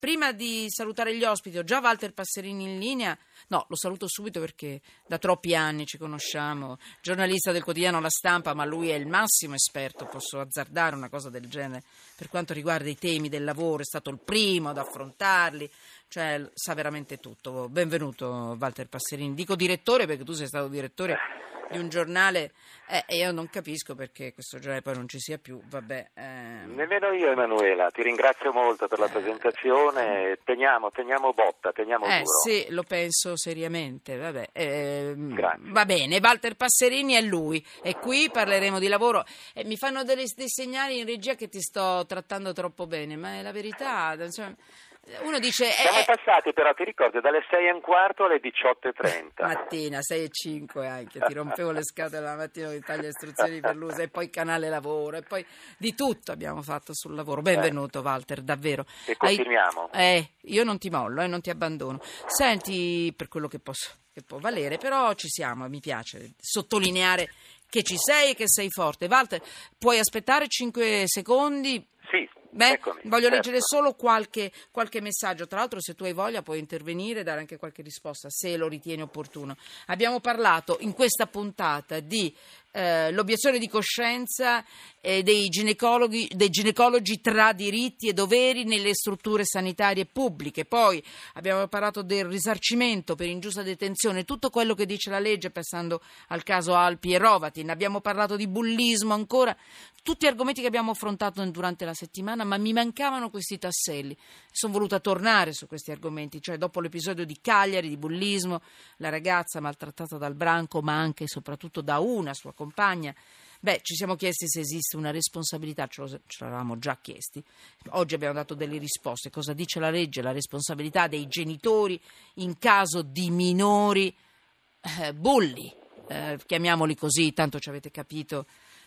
prima di salutare gli ospiti, ho già Walter Passerini in linea. No, lo saluto subito perché da troppi anni ci conosciamo, giornalista del quotidiano La Stampa, ma lui è il massimo esperto, posso azzardare una cosa del genere, per quanto riguarda i temi del lavoro, è stato il primo ad affrontarli, cioè sa veramente tutto. Benvenuto Walter Passerini, dico direttore perché tu sei stato direttore di un giornale e io non capisco perché questo giornale poi non ci sia più, vabbè. Nemmeno io, Emanuela, ti ringrazio molto per la presentazione, teniamo botta, teniamo duro. Sì, lo penso seriamente, vabbè. Grazie. Va bene, Walter Passerini è lui, e qui parleremo di lavoro. Mi fanno dei segnali in regia che ti sto trattando troppo bene, ma è la verità, insomma. Uno dice siamo passati però, ti ricordi, dalle 6:15 alle 18:30 mattina, 6:05 anche, ti rompevo le scatole la mattina di taglia istruzioni per l'uso e poi canale lavoro e poi di tutto abbiamo fatto sul lavoro. Benvenuto Walter, davvero. E continuiamo. Io non ti mollo, non ti abbandono. Senti, per quello che può valere, però ci siamo, mi piace sottolineare che ci sei e che sei forte. Walter, puoi aspettare 5 secondi? Sì. Eccomi, voglio certo. leggere solo qualche messaggio. Tra l'altro, se tu hai voglia puoi intervenire e dare anche qualche risposta se lo ritieni opportuno. Abbiamo parlato in questa puntata di l'obiezione di coscienza dei ginecologi tra diritti e doveri nelle strutture sanitarie pubbliche. Poi abbiamo parlato del risarcimento per ingiusta detenzione, tutto quello che dice la legge, passando al caso Alpi e Rovatin. Abbiamo parlato di bullismo ancora, tutti argomenti che abbiamo affrontato durante la settimana, ma mi mancavano questi tasselli. Sono voluta tornare su questi argomenti, cioè dopo l'episodio di Cagliari, di bullismo, la ragazza maltrattata dal branco, ma anche e soprattutto da una sua compagna. Ci siamo chiesti se esiste una responsabilità, ce l'avevamo già chiesti. Oggi abbiamo dato delle risposte. Cosa dice la legge? La responsabilità dei genitori in caso di minori bulli, chiamiamoli così, tanto ci avete capito,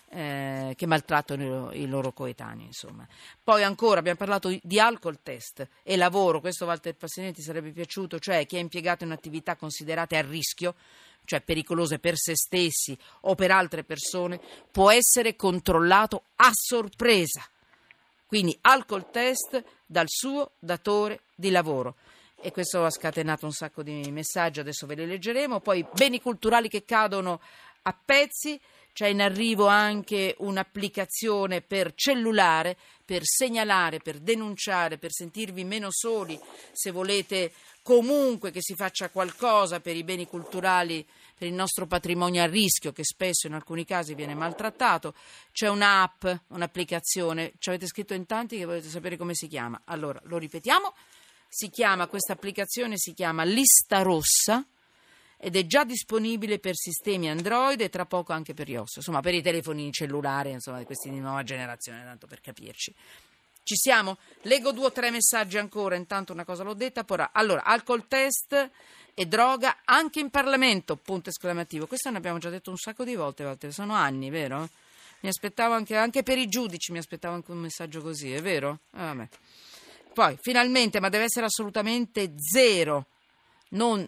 che maltrattano i loro coetanei, insomma. Poi ancora abbiamo parlato di alcol test e lavoro. Questo Walter Passerini ti sarebbe piaciuto, cioè chi è impiegato in attività considerate a rischio, cioè pericolose per se stessi o per altre persone, può essere controllato a sorpresa. Quindi alcol test dal suo datore di lavoro. E questo ha scatenato un sacco di messaggi, adesso ve li leggeremo. Poi beni culturali che cadono a pezzi. C'è in arrivo anche un'applicazione per cellulare, per segnalare, per denunciare, per sentirvi meno soli, se volete comunque che si faccia qualcosa per i beni culturali, per il nostro patrimonio a rischio, che spesso in alcuni casi viene maltrattato. C'è un'app, un'applicazione, ci avete scritto in tanti che volete sapere come si chiama. Allora, lo ripetiamo, questa applicazione si chiama Lista Rossa, ed è già disponibile per sistemi Android e tra poco anche per iOS, insomma per i telefonini cellulari, insomma di questi di nuova generazione, tanto per capirci. Ci siamo? Leggo 2 o 3 messaggi ancora, intanto una cosa l'ho detta. Allora, alcol test e droga anche in Parlamento, punto esclamativo. Questo ne abbiamo già detto un sacco di volte, sono anni, vero? Mi aspettavo anche per i giudici, mi aspettavo anche un messaggio così, è vero? Vabbè. Poi, finalmente, ma deve essere assolutamente 0, non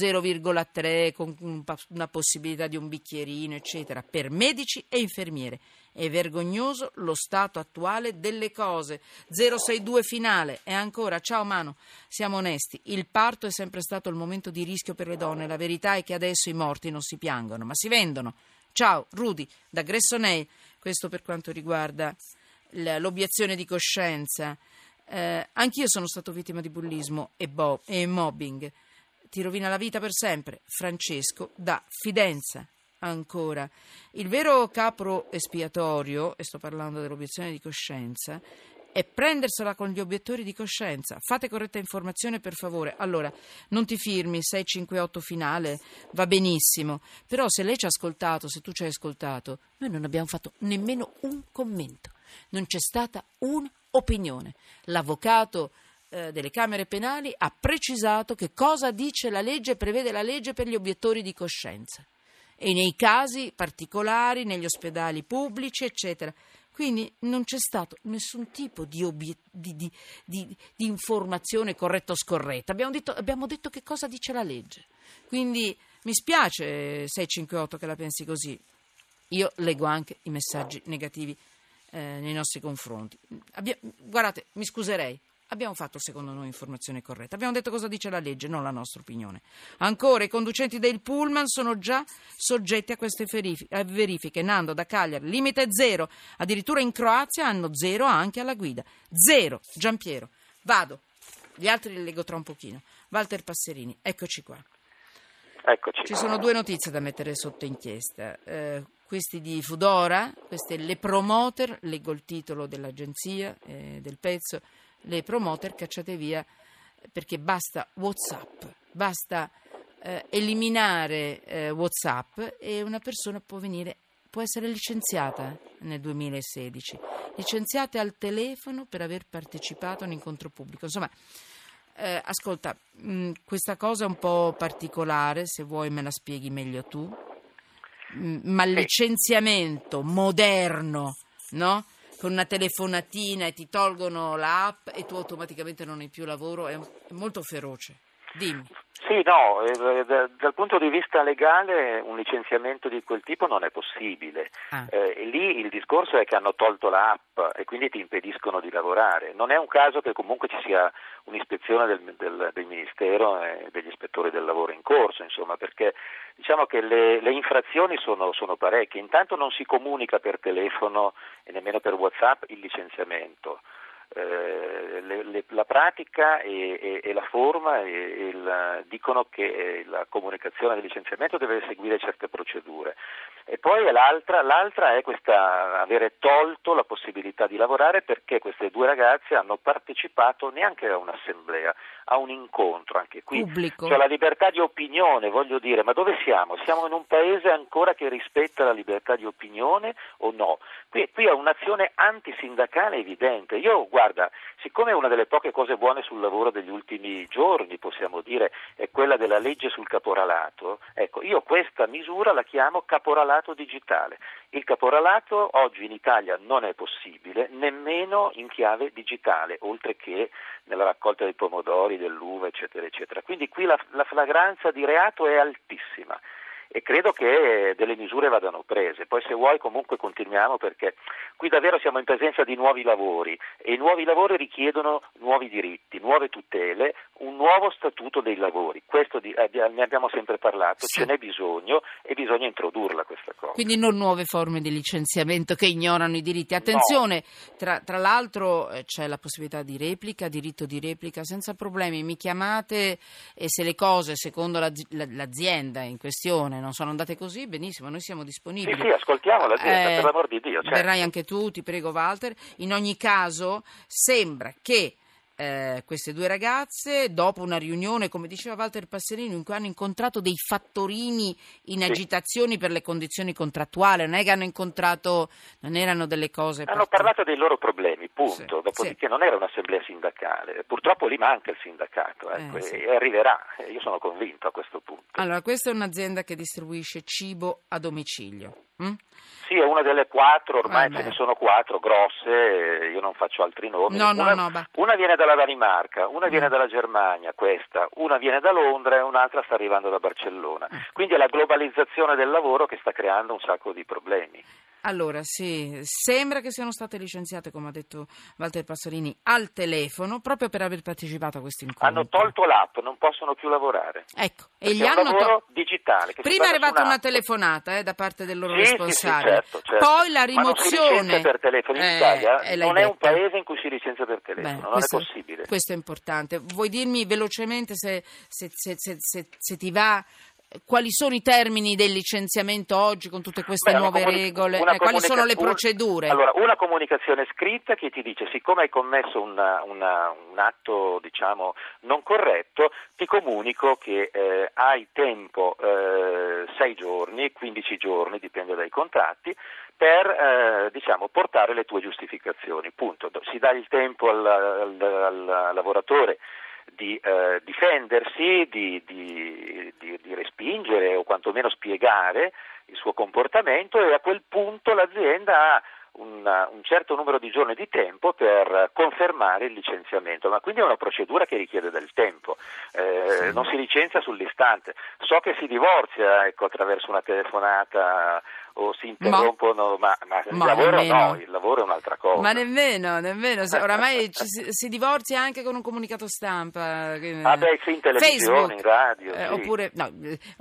0,3 con una possibilità di un bicchierino, eccetera, per medici e infermiere. È vergognoso lo stato attuale delle cose. 062 finale. E ancora, ciao Manu, siamo onesti, il parto è sempre stato il momento di rischio per le donne. La verità è che adesso i morti non si piangono, ma si vendono. Ciao Rudy, da Gressonei. Questo per quanto riguarda l'obiezione di coscienza. Anch'io sono stato vittima di bullismo e mobbing. Ti rovina la vita per sempre. Francesco da Fidenza. Ancora, il vero capro espiatorio, e sto parlando dell'obiezione di coscienza, è prendersela con gli obiettori di coscienza. Fate corretta informazione, per favore. Allora, non ti firmi, 658 finale, va benissimo, però se lei ci ha ascoltato, se tu ci hai ascoltato, noi non abbiamo fatto nemmeno un commento, non c'è stata un'opinione. L'avvocato delle Camere Penali ha precisato che cosa dice la legge, prevede la legge per gli obiettori di coscienza e nei casi particolari, negli ospedali pubblici, eccetera. Quindi non c'è stato nessun tipo di informazione corretta o scorretta. Abbiamo detto che cosa dice la legge. Quindi mi spiace 658 che la pensi così. Io leggo anche i messaggi negativi nei nostri confronti. Guardate, mi scuserei. abbiamo fatto secondo noi informazione corretta. Abbiamo detto cosa dice la legge, non la nostra opinione. Ancora, i conducenti del pullman sono già soggetti a queste verifiche. Nando da Cagliari, limite 0. Addirittura in Croazia hanno 0 anche alla guida. 0. Giampiero. Vado. Gli altri li leggo tra un pochino. Walter Passerini, eccoci qua. Eccoci. Ci sono 2 notizie da mettere sotto inchiesta. Questi di Foodora, queste le promoter, leggo il titolo dell'agenzia, del pezzo, le promoter cacciate via perché basta WhatsApp, basta eliminare WhatsApp e una persona può essere licenziata nel 2016, licenziate al telefono per aver partecipato a un incontro pubblico. Insomma, ascolta, questa cosa è un po' particolare, se vuoi me la spieghi meglio tu, ma il licenziamento moderno, no? Con una telefonatina e ti tolgono l'app e tu automaticamente non hai più lavoro, è molto feroce. Dimmi. Sì, no, dal punto di vista legale un licenziamento di quel tipo non è possibile. E lì il discorso è che hanno tolto l'app e quindi ti impediscono di lavorare. Non è un caso che comunque ci sia un'ispezione del Ministero e degli ispettori del lavoro in corso, insomma, perché diciamo che le infrazioni sono parecchie. Intanto non si comunica per telefono e nemmeno per WhatsApp il licenziamento. La pratica e la forma dicono che la comunicazione del licenziamento deve seguire certe procedure e poi l'altra è questa, avere tolto la possibilità di lavorare perché queste 2 ragazze hanno partecipato neanche a un'assemblea, a un incontro, anche qui pubblico. Cioè la libertà di opinione, voglio dire, ma dove siamo? Siamo in un paese ancora che rispetta la libertà di opinione o no? Qui è un'azione antisindacale evidente. Io, guarda, siccome una delle poche cose buone sul lavoro degli ultimi giorni, possiamo dire, è quella della legge sul caporalato, ecco, io questa misura la chiamo caporalato digitale. Il caporalato oggi in Italia non è possibile, nemmeno in chiave digitale, oltre che nella raccolta dei pomodori, dell'uva, eccetera, eccetera. Quindi qui la flagranza di reato è altissima. E credo che delle misure vadano prese. Poi se vuoi comunque continuiamo perché qui davvero siamo in presenza di nuovi lavori e i nuovi lavori richiedono nuovi diritti, nuove tutele, un nuovo statuto dei lavori. Questo ne abbiamo sempre parlato, sì. Ce n'è bisogno e bisogna introdurla questa cosa. Quindi non nuove forme di licenziamento che ignorano i diritti. Attenzione, no. Tra l'altro c'è la possibilità di replica, diritto di replica senza problemi. Mi chiamate e se le cose secondo l'azienda in questione non sono andate così, benissimo, noi siamo disponibili. Sì, ascoltiamo l'azienda, per l'amor di Dio. Certo. Verrai anche tu, ti prego Walter. In ogni caso sembra che queste 2 ragazze, dopo una riunione, come diceva Walter Passerini, in cui hanno incontrato dei fattorini in agitazioni per le condizioni contrattuali, non è che hanno incontrato, non erano delle cose... Hanno parlato dei loro problemi, punto, sì, dopodiché non era un'assemblea sindacale, purtroppo lì manca il sindacato, e arriverà, io sono convinto a questo punto. Allora, questa è un'azienda che distribuisce cibo a domicilio. Sì, è una delle 4, ormai ce ne sono 4 grosse, io non faccio altri nomi. Una viene dalla Danimarca, una viene dalla Germania, una viene da Londra e un'altra sta arrivando da Barcellona. Quindi è la globalizzazione del lavoro che sta creando un sacco di problemi. Allora, sì, sembra che siano state licenziate, come ha detto Walter Passerini, al telefono, proprio per aver partecipato a questo incontro. Hanno tolto l'app, non possono più lavorare. Ecco, e gli hanno lavoro digitale. Prima è arrivata una telefonata da parte del loro responsabile. Sì, certo. Poi la rimozione. Ma non si licenzia per telefono in Italia, non è un paese in cui si licenzia per telefono, non è possibile. Questo è importante. Vuoi dirmi velocemente se ti va? Quali sono i termini del licenziamento oggi con tutte queste nuove regole? Quali sono le procedure? Allora, una comunicazione scritta che ti dice siccome hai commesso un atto, diciamo, non corretto, ti comunico che hai tempo 6 giorni, 15 giorni, dipende dai contratti, per portare le tue giustificazioni. Punto. Si dà il tempo al lavoratore di difendersi, di respingere o quantomeno spiegare il suo comportamento e a quel punto l'azienda ha un certo numero di giorni di tempo per confermare il licenziamento, ma quindi è una procedura che richiede del tempo, non si licenzia sull'istante. So che si divorzia attraverso una telefonata o si interrompono, ma il lavoro no, il lavoro è un'altra cosa. Ma nemmeno, oramai si divorzia anche con un comunicato stampa. Sì, in televisione, in radio. Sì. Oppure, no,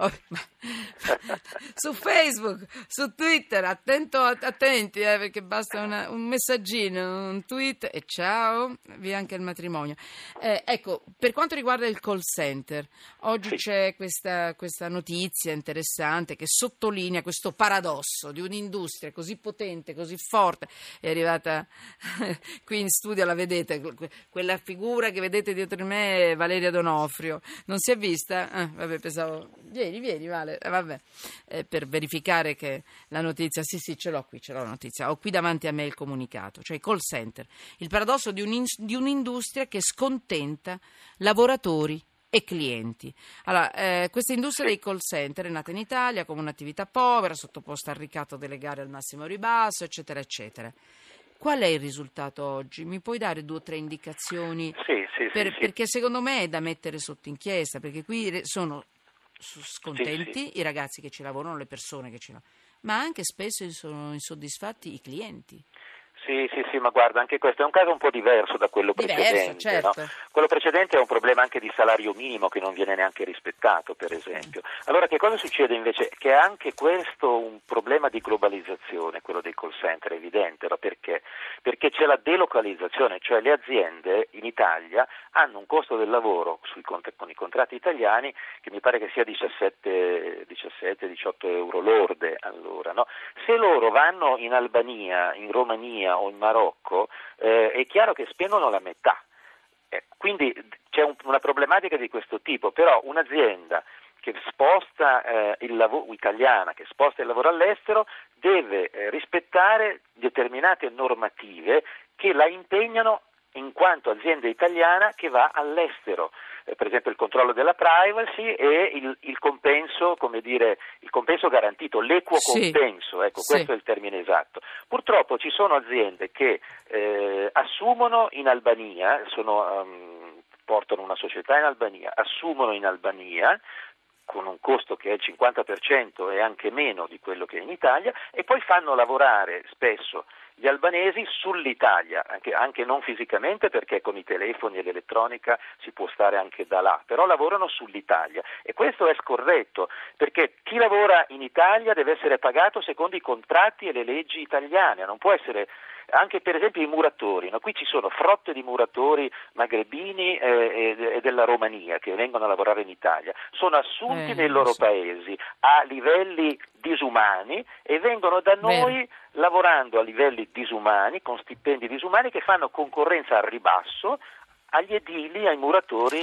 su Facebook, su Twitter, attenti, perché basta un messaggino, un tweet e ciao, via anche il matrimonio. Ecco, per quanto riguarda il call center, oggi c'è questa notizia interessante che sottolinea questo paradosso di un'industria così potente, così forte. È arrivata qui in studio, la vedete, quella figura che vedete dietro di me è Valeria Donofrio. Non si è vista? Vabbè, pensavo, vieni Vale, vabbè, per verificare che la notizia, sì, ce l'ho la notizia, ho qui davanti a me il comunicato, cioè i call center, il paradosso di un'industria che scontenta lavoratori e clienti. Allora, questa industria dei call center è nata in Italia come un'attività povera, sottoposta al ricatto delle gare al massimo ribasso, eccetera, eccetera. Qual è il risultato oggi? Mi puoi dare 2 o 3 indicazioni? Sì. Perché secondo me è da mettere sotto inchiesta, perché qui sono scontenti i ragazzi che ci lavorano, le persone che ci lavorano, ma anche spesso sono insoddisfatti i clienti. Sì, ma guarda, anche questo è un caso un po' diverso da quello precedente. Certo. No? Quello precedente è un problema anche di salario minimo che non viene neanche rispettato, per esempio. Allora, che cosa succede invece? Che è anche questo un problema di globalizzazione, quello dei call center, è evidente, no? Perché? Perché c'è la delocalizzazione, cioè le aziende in Italia hanno un costo del lavoro con i contratti italiani che mi pare che sia 17-18 euro lorde all'ora, no? Se loro vanno in Albania, in Romania o in Marocco, è chiaro che spendono la metà. Quindi c'è una problematica di questo tipo, però un'azienda che sposta il lavoro italiana, che sposta il lavoro all'estero, deve rispettare determinate normative che la impegnano in quanto azienda italiana che va all'estero. Per esempio il controllo della privacy e il compenso, come dire, il compenso garantito, l'equo compenso, ecco, questo è il termine esatto. Purtroppo ci sono aziende che assumono in Albania, portano una società in Albania, assumono in Albania con un costo che è il 50% e anche meno di quello che è in Italia, e poi fanno lavorare spesso gli albanesi sull'Italia, anche non fisicamente, perché con i telefoni e l'elettronica si può stare anche da là, però lavorano sull'Italia, e questo è scorretto, perché chi lavora in Italia deve essere pagato secondo i contratti e le leggi italiane, non può essere. Anche per esempio i muratori, no? Qui ci sono frotte di muratori magrebini e della Romania che vengono a lavorare in Italia, sono assunti nei loro paesi a livelli disumani e vengono da noi lavorando a livelli disumani, con stipendi disumani che fanno concorrenza al ribasso agli edili, ai muratori,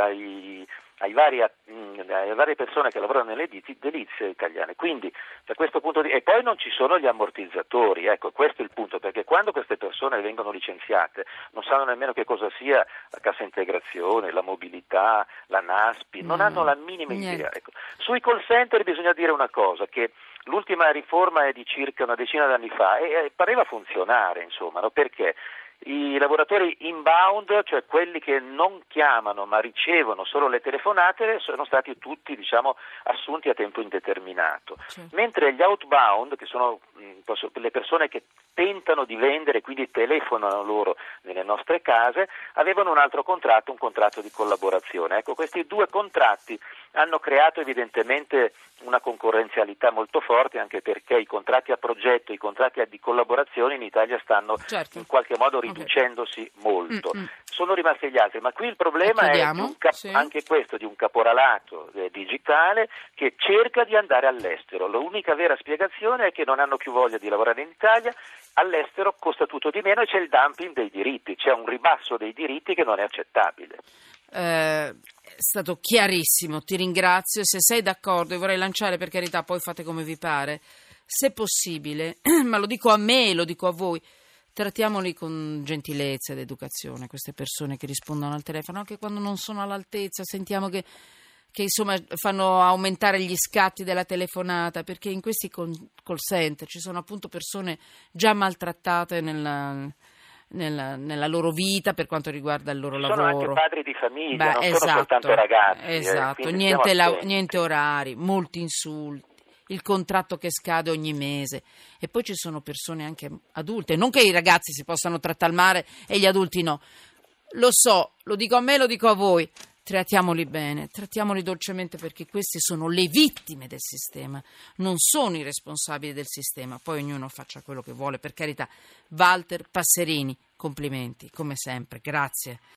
alle varie persone che lavorano nelle edilizie italiane. Quindi da questo punto di vista, e poi non ci sono gli ammortizzatori, ecco, questo è il punto, perché quando queste persone vengono licenziate non sanno nemmeno che cosa sia la cassa integrazione, la mobilità, la NASPI, non hanno la minima idea. Ecco. Sui call center bisogna dire una cosa, che l'ultima riforma è di circa una decina d'anni fa e pareva funzionare, insomma, no? Perché i lavoratori inbound, cioè quelli che non chiamano ma ricevono solo le telefonate, sono stati tutti, assunti a tempo indeterminato. Mentre gli outbound, che sono le persone che tentano di vendere, quindi telefonano loro nelle nostre case, avevano un altro contratto, un contratto di collaborazione. Ecco, questi 2 contratti hanno creato evidentemente una concorrenzialità molto forte, anche perché i contratti a progetto, i contratti di collaborazione in Italia stanno in qualche modo riducendosi molto. Sono rimasti gli altri, ma qui il problema è anche questo, di un caporalato digitale che cerca di andare all'estero. L'unica vera spiegazione è che non hanno più voglia di lavorare in Italia, all'estero costa tutto di meno e c'è il dumping dei diritti, c'è un ribasso dei diritti che non è accettabile. È stato chiarissimo, ti ringrazio. Se sei d'accordo, e vorrei lanciare, per carità, poi fate come vi pare, se possibile, ma lo dico a me e lo dico a voi, trattiamoli con gentilezza ed educazione, queste persone che rispondono al telefono, anche quando non sono all'altezza, sentiamo che insomma fanno aumentare gli scatti della telefonata, perché in questi call center ci sono appunto persone già maltrattate nella loro vita per quanto riguarda il loro lavoro. Sono anche padri di famiglia, non sono soltanto ragazzi. Esatto, niente orari, molti insulti, il contratto che scade ogni mese. E poi ci sono persone anche adulte, non che i ragazzi si possano trattare male e gli adulti no. Lo so, lo dico a me, lo dico a voi. Trattiamoli bene, trattiamoli dolcemente, perché queste sono le vittime del sistema, non sono i responsabili del sistema. Poi ognuno faccia quello che vuole, per carità. Walter Passerini, complimenti, come sempre, grazie.